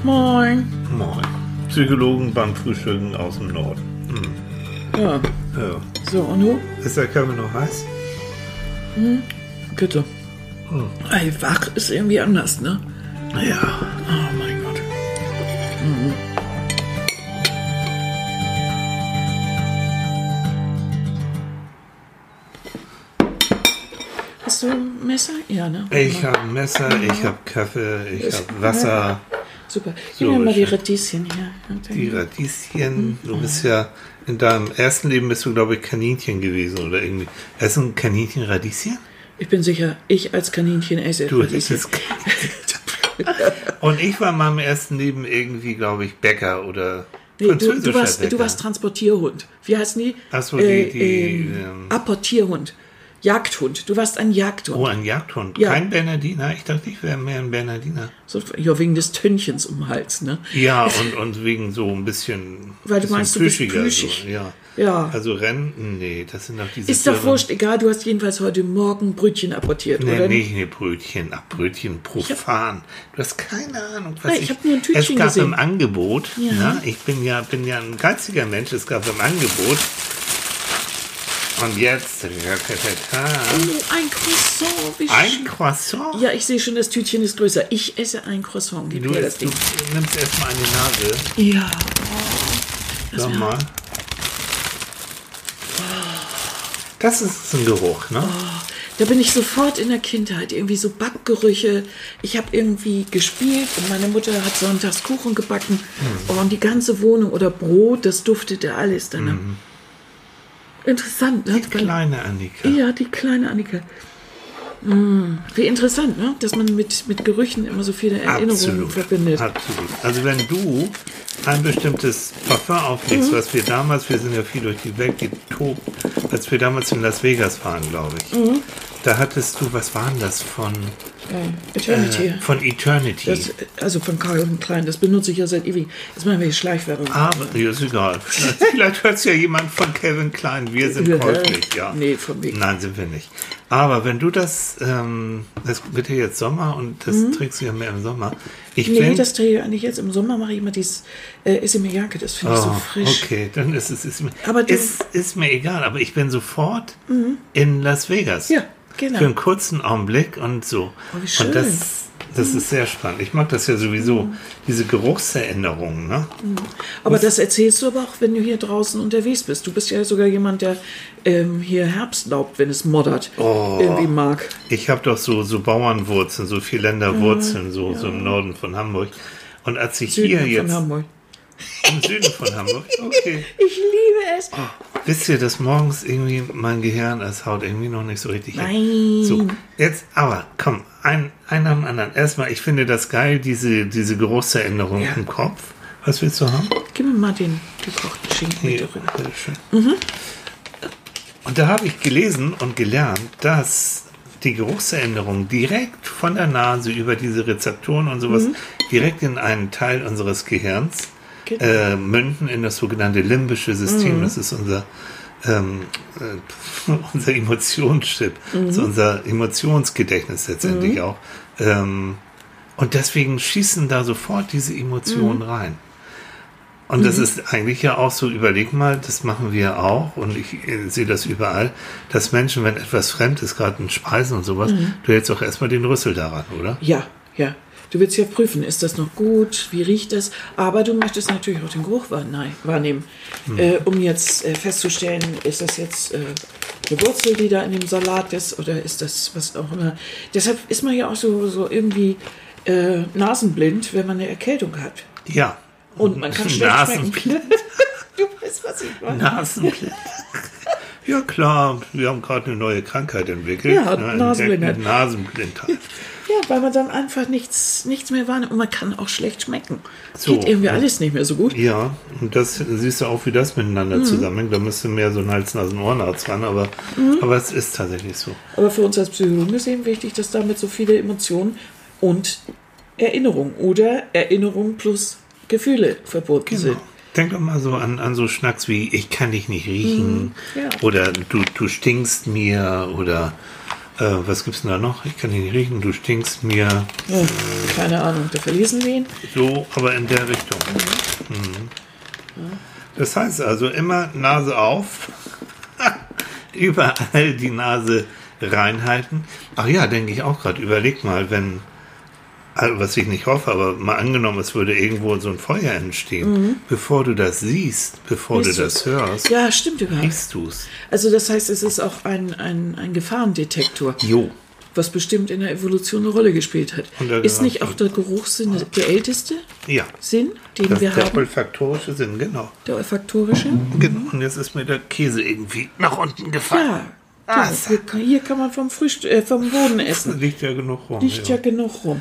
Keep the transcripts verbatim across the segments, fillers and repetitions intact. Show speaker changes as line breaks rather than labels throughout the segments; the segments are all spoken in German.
Moin.
Moin. Psychologen beim Frühstücken aus dem Norden. Hm.
Ja.
Ja.
So, und du?
Ist der Kaffee noch heiß?
Hm. Bitte.
Hm.
Ey, wach ist irgendwie anders, ne?
Ja.
Oh mein Gott. Mhm. Hast du ein Messer? Ja, ne?
Ich habe ein Messer, ich habe Kaffee, ich habe Wasser.
Super. Gib mir mal die Radieschen hier.
Die Radieschen. Du bist ja, in deinem ersten Leben bist du, glaube ich, Kaninchen gewesen oder irgendwie. Essen Kaninchen Radieschen?
Ich bin sicher, ich als Kaninchen esse
Du
Radieschen.
isst Und ich war in meinem ersten Leben irgendwie, glaube ich, Bäcker oder
Nee, du,
französischer
du, warst,
Bäcker.
du warst Transportierhund. Wie heißen die?
Ach so, die,
Äh,
die,
ähm,
ähm,
Apportierhund. Jagdhund. Du warst ein Jagdhund.
Oh, ein Jagdhund.
Ja.
Kein Bernardiner. Ich dachte, ich wäre mehr ein Bernardiner.
So, ja, wegen des Tönnchens um den Hals, ne?
Ja, und, und wegen so ein bisschen.
Weil du
bisschen
meinst, du bist
plüschiger,
plüschig.
So, ja.
Ja.
Also Renten, nee, das sind doch diese.
Ist doch
Firmen-
wurscht, egal, du hast jedenfalls heute Morgen Brötchen apportiert,
Nee,
oder?
nicht ne Brötchen, ach Brötchen profan. Du hast keine Ahnung, was
Nee, ich
ich.
hab nur ein Tütchen
Es gab
gesehen.
im Angebot,
Ja.
ne, ich bin ja, bin ja ein geiziger Mensch, es gab im Angebot. Und jetzt.
Oh, ein Croissant, wie
Ein
schön.
Croissant?
Ja, ich sehe schon, das Tütchen ist größer. Ich esse ein Croissant. Gib
Du,
mir das
du
Ding.
nimmst erstmal an die Nase.
Ja. Oh, das
Sag
wär-
mal. Das ist ein Geruch, ne?
Da bin ich sofort in der Kindheit. Irgendwie so Backgerüche. Ich habe irgendwie gespielt und meine Mutter hat sonntags Kuchen gebacken.
Mhm.
Und die ganze Wohnung oder Brot, das duftete alles danach. Interessant, ne?
Die kleine Annika.
Ja, die kleine Annika. Mm, wie interessant, ne? Dass man mit, mit Gerüchen immer so viele Erinnerungen
Absolut.
verbindet.
Absolut. Also wenn du ein bestimmtes Parfum auflegst,
Mhm.
was wir damals, wir sind ja viel durch die Welt getobt, als wir damals in Las Vegas waren, glaube ich,
Mhm.
da hattest du, was war denn das von,
Äh, Eternity.
äh, von Eternity?
Das, also von Calvin Klein, das benutze ich ja seit ewig. Jetzt machen wir hier Schleichwerbung.
Aber, ja, ist egal. Vielleicht hört es ja jemand von Calvin Klein. Wir sind
Ja.
käuflich, ja.
Nee, von wegen.
Nein, sind wir nicht. Aber wenn du das, ähm, das wird ja jetzt Sommer und das trägst du ja mehr im Sommer. Ich
Mhm. Nee,
bin,
das drehe ich eigentlich jetzt im Sommer, mache ich immer dieses äh, Issemir-Jacke, das finde ich so
oh,
frisch.
okay, dann ist es ist mir,
Aber du-
ist, ist mir egal. Aber ich bin sofort in Las Vegas.
Ja, genau.
Für einen kurzen Augenblick und so.
Oh, wie schön.
Und das, das ist sehr spannend. Ich mag das ja sowieso, diese Geruchserinnerungen, ne?
Aber das erzählst du aber auch, wenn du hier draußen unterwegs bist. Du bist ja sogar jemand, der ähm, hier Herbstlaub, wenn es moddert,
Oh.
irgendwie mag.
Ich habe doch so, so Bauernwurzeln, so Vierländerwurzeln, so, so im Norden von Hamburg. Und als ich
Süden
hier
von
jetzt
Hamburg.
im Süden von Hamburg, okay.
Ich liebe es.
Wisst ihr, dass morgens irgendwie mein Gehirn, es haut irgendwie noch nicht so richtig hin.
Nein.
So, jetzt, aber komm, ein, ein nach dem anderen. Erstmal, ich finde das geil, diese, diese Geruchserinnerung
Ja.
im Kopf. Was willst du haben?
Gib mir mal den gekochten Schinken mit
Hier,
drin.
bitteschön.
Mhm.
Und da habe ich gelesen und gelernt, dass die Geruchserinnerung direkt von der Nase über diese Rezeptoren und sowas direkt in einen Teil unseres Gehirns
Genau.
äh, münden, in das sogenannte limbische System. Das ist unser, ähm, äh, unser Emotionschip, also unser Emotionsgedächtnis letztendlich auch. Ähm, und deswegen schießen da sofort diese Emotionen rein. Und das ist eigentlich ja auch so, überleg mal, das machen wir auch und ich äh, sehe das überall, dass Menschen, wenn etwas fremd ist, gerade in Speisen und sowas, du hältst auch erstmal den Rüssel daran, oder?
Ja, ja. Du willst ja prüfen, ist das noch gut, wie riecht das? Aber du möchtest natürlich auch den Geruch wahrne- wahrnehmen, äh, um jetzt äh, festzustellen, ist das jetzt äh, eine Wurzel, die da in dem Salat ist, oder ist das was auch immer. Deshalb ist man ja auch so, so irgendwie äh, nasenblind, wenn man eine Erkältung hat.
Ja.
Und man kann schlecht schmecken.
Nasenblind.
Du weißt, was ich meine.
Nasenblind. Ja klar, wir haben gerade eine neue Krankheit entwickelt.
Ja,
ne,
Nasenblindheit.
Nasenblindheit.
Ja, weil man dann einfach nichts, nichts mehr wahrnimmt und man kann auch schlecht schmecken.
So.
Geht irgendwie alles nicht mehr so gut.
Ja, und das siehst du auch, wie das miteinander zusammenhängt. Da müsste mehr so ein Hals-Nasen-Ohrenarzt ran, aber, aber es ist tatsächlich so.
Aber für uns als Psychologen ist eben wichtig, dass damit so viele Emotionen und Erinnerung oder Erinnerung plus Gefühle verbunden sind.
Denk doch mal so an, an so Schnacks wie ich kann dich nicht riechen
ja.
oder du, du stinkst mir oder Äh, was gibt's denn da noch? Ich kann dich nicht riechen, du stinkst mir.
Ja, keine Ahnung, da verlesen wir ihn.
So, aber in der Richtung. Mhm. Mhm. Das heißt also immer Nase auf, überall die Nase reinhalten. Ach ja, denke ich auch gerade, überleg mal, wenn, also was ich nicht hoffe, aber mal angenommen, es würde irgendwo so ein Feuer entstehen, mhm. bevor du das siehst, bevor riechst du das du's? hörst.
Ja, stimmt überhaupt.
Riechst du's.
Also das heißt, es ist auch ein, ein, ein Gefahrendetektor.
Jo.
Was bestimmt in der Evolution eine Rolle gespielt hat. Ist nicht auch der Geruchssinn der älteste
ja.
Sinn, den
das
wir
der
haben?
Der olfaktorische Sinn, genau.
Der olfaktorische?
Genau, und jetzt ist mir der Käse irgendwie nach unten gefallen.
Ja. Ah, hier, kann, hier kann man vom Frühstück, äh, vom Boden essen.
Liegt ja genug rum.
Liegt ja, ja genug rum.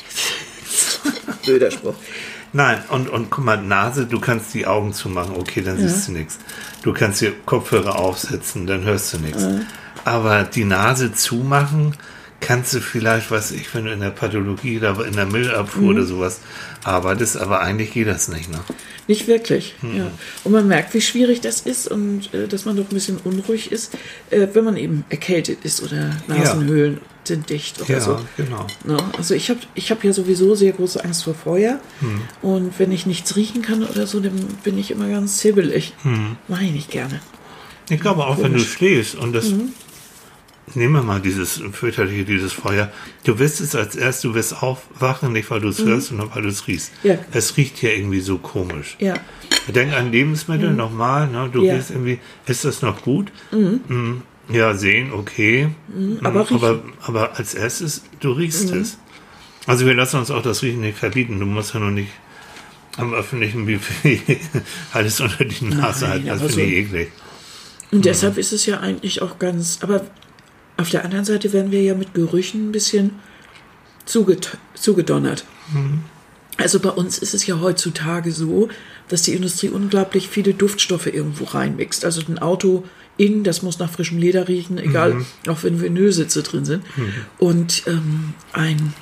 Blöder Spruch.
Nein, und, und guck mal, Nase, du kannst die Augen zumachen, okay, dann ja. siehst du nichts. Du kannst dir Kopfhörer aufsetzen, dann hörst du nichts. Ja. Aber die Nase zumachen, kannst du vielleicht, was ich, wenn du in der Pathologie oder in der Müllabfuhr mhm. oder sowas arbeitest, aber eigentlich geht das nicht, ne?
Nicht wirklich, mhm. ja. Und man merkt, wie schwierig das ist und äh, dass man doch ein bisschen unruhig ist, äh, wenn man eben erkältet ist oder Nasenhöhlen ja. sind dicht oder
ja,
so.
Genau.
No, also ich habe ich hab ja sowieso sehr große Angst vor Feuer mhm. und wenn ich nichts riechen kann oder so, dann bin ich immer ganz zibbelig. Mhm. Mache ich nicht gerne.
Ich glaube auch, Komisch. wenn du stehst und das... Mhm. Nehmen wir mal dieses fürchterliche, dieses Feuer. Du wirst es als erst, du wirst aufwachen, nicht weil du es mhm. hörst, sondern weil du es riechst. Ja. Es riecht ja irgendwie so komisch. Ja. Denk an Lebensmittel mhm. nochmal. Ne? Du ja. gehst irgendwie, ist das noch gut? Mhm. Mhm. Ja, sehen, okay. Mhm. Aber, aber, aber als erstes, du riechst mhm. es. Also wir lassen uns auch das Riechen nicht verbieten. Du musst ja noch nicht am öffentlichen Buffet alles unter die Nase halten. Das finde ich so eklig.
Und mhm. deshalb ist es ja eigentlich auch ganz, aber auf der anderen Seite werden wir ja mit Gerüchen ein bisschen zuged- zugedonnert. Mhm. Also bei uns ist es ja heutzutage so, dass die Industrie unglaublich viele Duftstoffe irgendwo reinmixt. Also ein Auto innen, das muss nach frischem Leder riechen, egal, mhm. auch wenn Vinylsitze drin sind. Mhm. Und ähm, ein,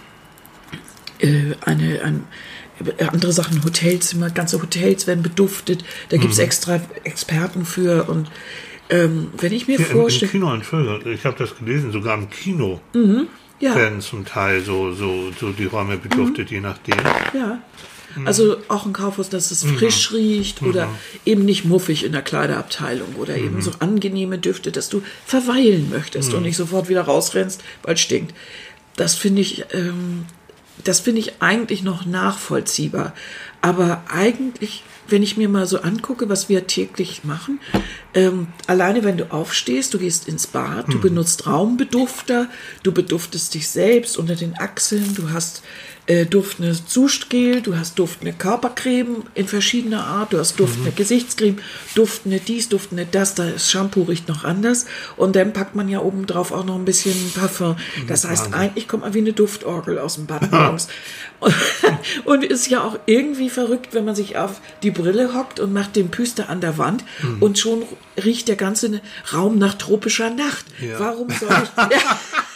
äh, eine, ein, andere Sachen, Hotelzimmer, ganze Hotels werden beduftet. Da gibt es mhm. extra Experten für und Ähm, wenn ich mir
ja,
vorstelle...
Im Kino, Entschuldigung, ich habe das gelesen, sogar im Kino
mhm, ja.
werden zum Teil so, so, so die Räume beduftet, mhm. je nachdem.
Ja, mhm. also auch ein Kaufhaus, dass es frisch mhm. riecht oder mhm. eben nicht muffig in der Kleiderabteilung oder mhm. eben so angenehme Düfte, dass du verweilen möchtest mhm. und nicht sofort wieder rausrennst, weil es stinkt. Das finde ich, ähm, das finde ich eigentlich noch nachvollziehbar. Aber eigentlich, wenn ich mir mal so angucke, was wir täglich machen, ähm, alleine wenn du aufstehst, du gehst ins Bad, du mhm. benutzt Raumbedufter, du beduftest dich selbst unter den Achseln, du hast äh, duftende Duschgel, du hast duftende Körpercreme in verschiedener Art, du hast duftende mhm. Gesichtscreme, duftende dies, duftende das, das Shampoo riecht noch anders und dann packt man ja obendrauf auch noch ein bisschen Parfum. Das heißt, Wahnsinn. Eigentlich kommt man wie eine Duftorgel aus dem Bad morgens. und, und ist ja auch irgendwie verrückt, wenn man sich auf die Brille hockt und macht den Püster an der Wand mhm. und schon riecht der ganze Raum nach tropischer Nacht. Ja. Warum soll ich... Ja.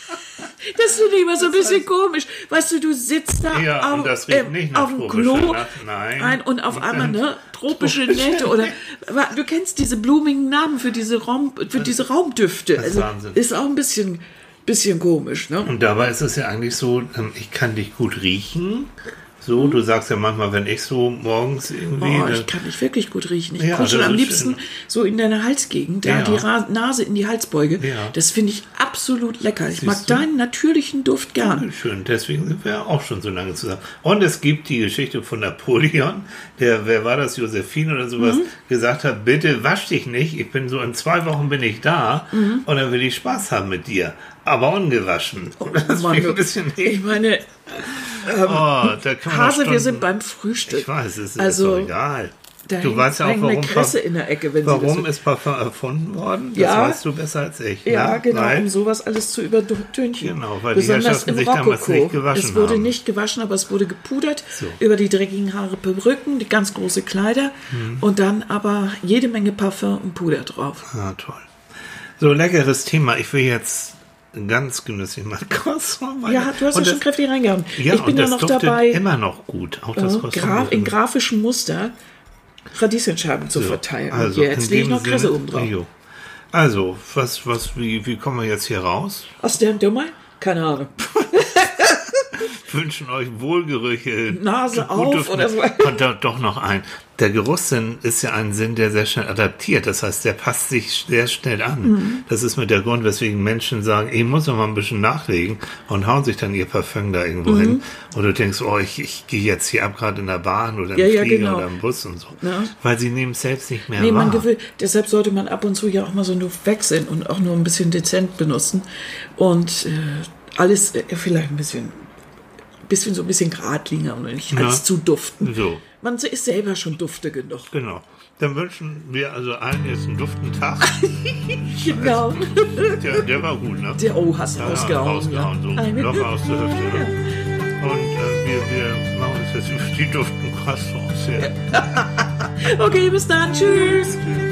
Das finde ich immer so ein bisschen heißt, komisch. Weißt du, du sitzt da
ja,
auf,
das riecht nicht nach
auf dem Klo
Nein.
Ein, und auf einmal ne, tropische Nächte oder du kennst diese blumigen Namen für diese Raum für diese Raumdüfte. Also ist auch ein bisschen bisschen komisch, ne?
Und dabei ist es ja eigentlich so, ich kann dich gut riechen. So, du sagst ja manchmal, wenn ich so morgens irgendwie...
Oh, ich kann dich wirklich gut riechen. Ich ja, kuschel am liebsten schön. So in deiner Halsgegend, da ja. die Ra- Nase in die Halsbeuge. Ja. Das finde ich absolut lecker. Ich Siehst mag du? deinen natürlichen Duft gern.
Schön, deswegen sind wir auch schon so lange zusammen. Und es gibt die Geschichte von Napoleon, der, wer war das, Josephine oder sowas, mhm. gesagt hat, bitte wasch dich nicht, ich bin so in zwei Wochen bin ich da mhm. und dann will ich Spaß haben mit dir. Aber ungewaschen.
Oh, das Mann, ein bisschen ich meine... Ähm, oh, da kann Hase, Stunden, wir sind beim Frühstück.
Ich weiß, es ist
also,
doch egal.
Da du weißt ja auch, warum, Kresse in der Ecke, wenn
warum
Sie das
ist Parfum erfunden worden? Das
ja,
weißt du besser als ich.
Ja,
ne?
genau,
Nein?
um sowas alles zu übertünchen.
Genau, weil
Besonders
die Herrschaften sich
Rokoko.
damals nicht gewaschen haben.
Es wurde
haben.
nicht gewaschen, aber es wurde gepudert
so.
über die dreckigen Haare, Perücken, die ganz große Kleider hm. und dann aber jede Menge Parfum und Puder drauf.
Ah, toll. So, leckeres Thema. Ich will jetzt ganz genüsslich mal Croissant.
Ja, du hast ja schon kräftig reingehauen.
Ja,
ich bin
und
ja noch
das
dabei.
Immer noch gut. Auch das
äh, Gra- in grafischem Muster Radieschenscheiben zu
so,
verteilen.
Also
und jetzt lege ich noch Kresse oben drauf.
Jo. Also, was, was, wie, wie kommen wir jetzt hier raus?
Aus der Nummer? Keine Ahnung.
Wünschen euch Wohlgerüche.
Nase auf oder so.
Und da doch noch ein. Der Geruchssinn ist ja ein Sinn, der sehr schnell adaptiert. Das heißt, der passt sich sehr schnell an. Mhm. Das ist mit der Grund, weswegen Menschen sagen, ich muss noch mal ein bisschen nachlegen und hauen sich dann ihr Parfüm da irgendwo mhm. hin. Und du denkst, oh, ich, ich gehe jetzt hier ab, gerade in der Bahn oder im
ja, ja,
Flieger
genau.
oder im Bus und so.
Ja.
Weil sie nehmen es selbst nicht mehr
nee,
wahr.
Man gewöhnt, deshalb sollte man ab und zu ja auch mal so einen Duft wechseln und auch nur ein bisschen dezent benutzen. Und äh, alles äh, vielleicht ein bisschen... bisschen so ein bisschen geradliniger und nicht ja. als zu duften.
So.
Man ist selber schon dufte genug.
Genau. Dann wünschen wir also allen jetzt einen duften Tag.
Genau.
Der, der war gut, ne?
Der O hast du
ja,
rausgehauen.
rausgehauen ja. So locker aus der Hüfte. Ne? Ja. Und äh, wir, wir machen uns jetzt über die duften Croissants. Ja.
Okay, bis dann. Tschüss. Tschüss.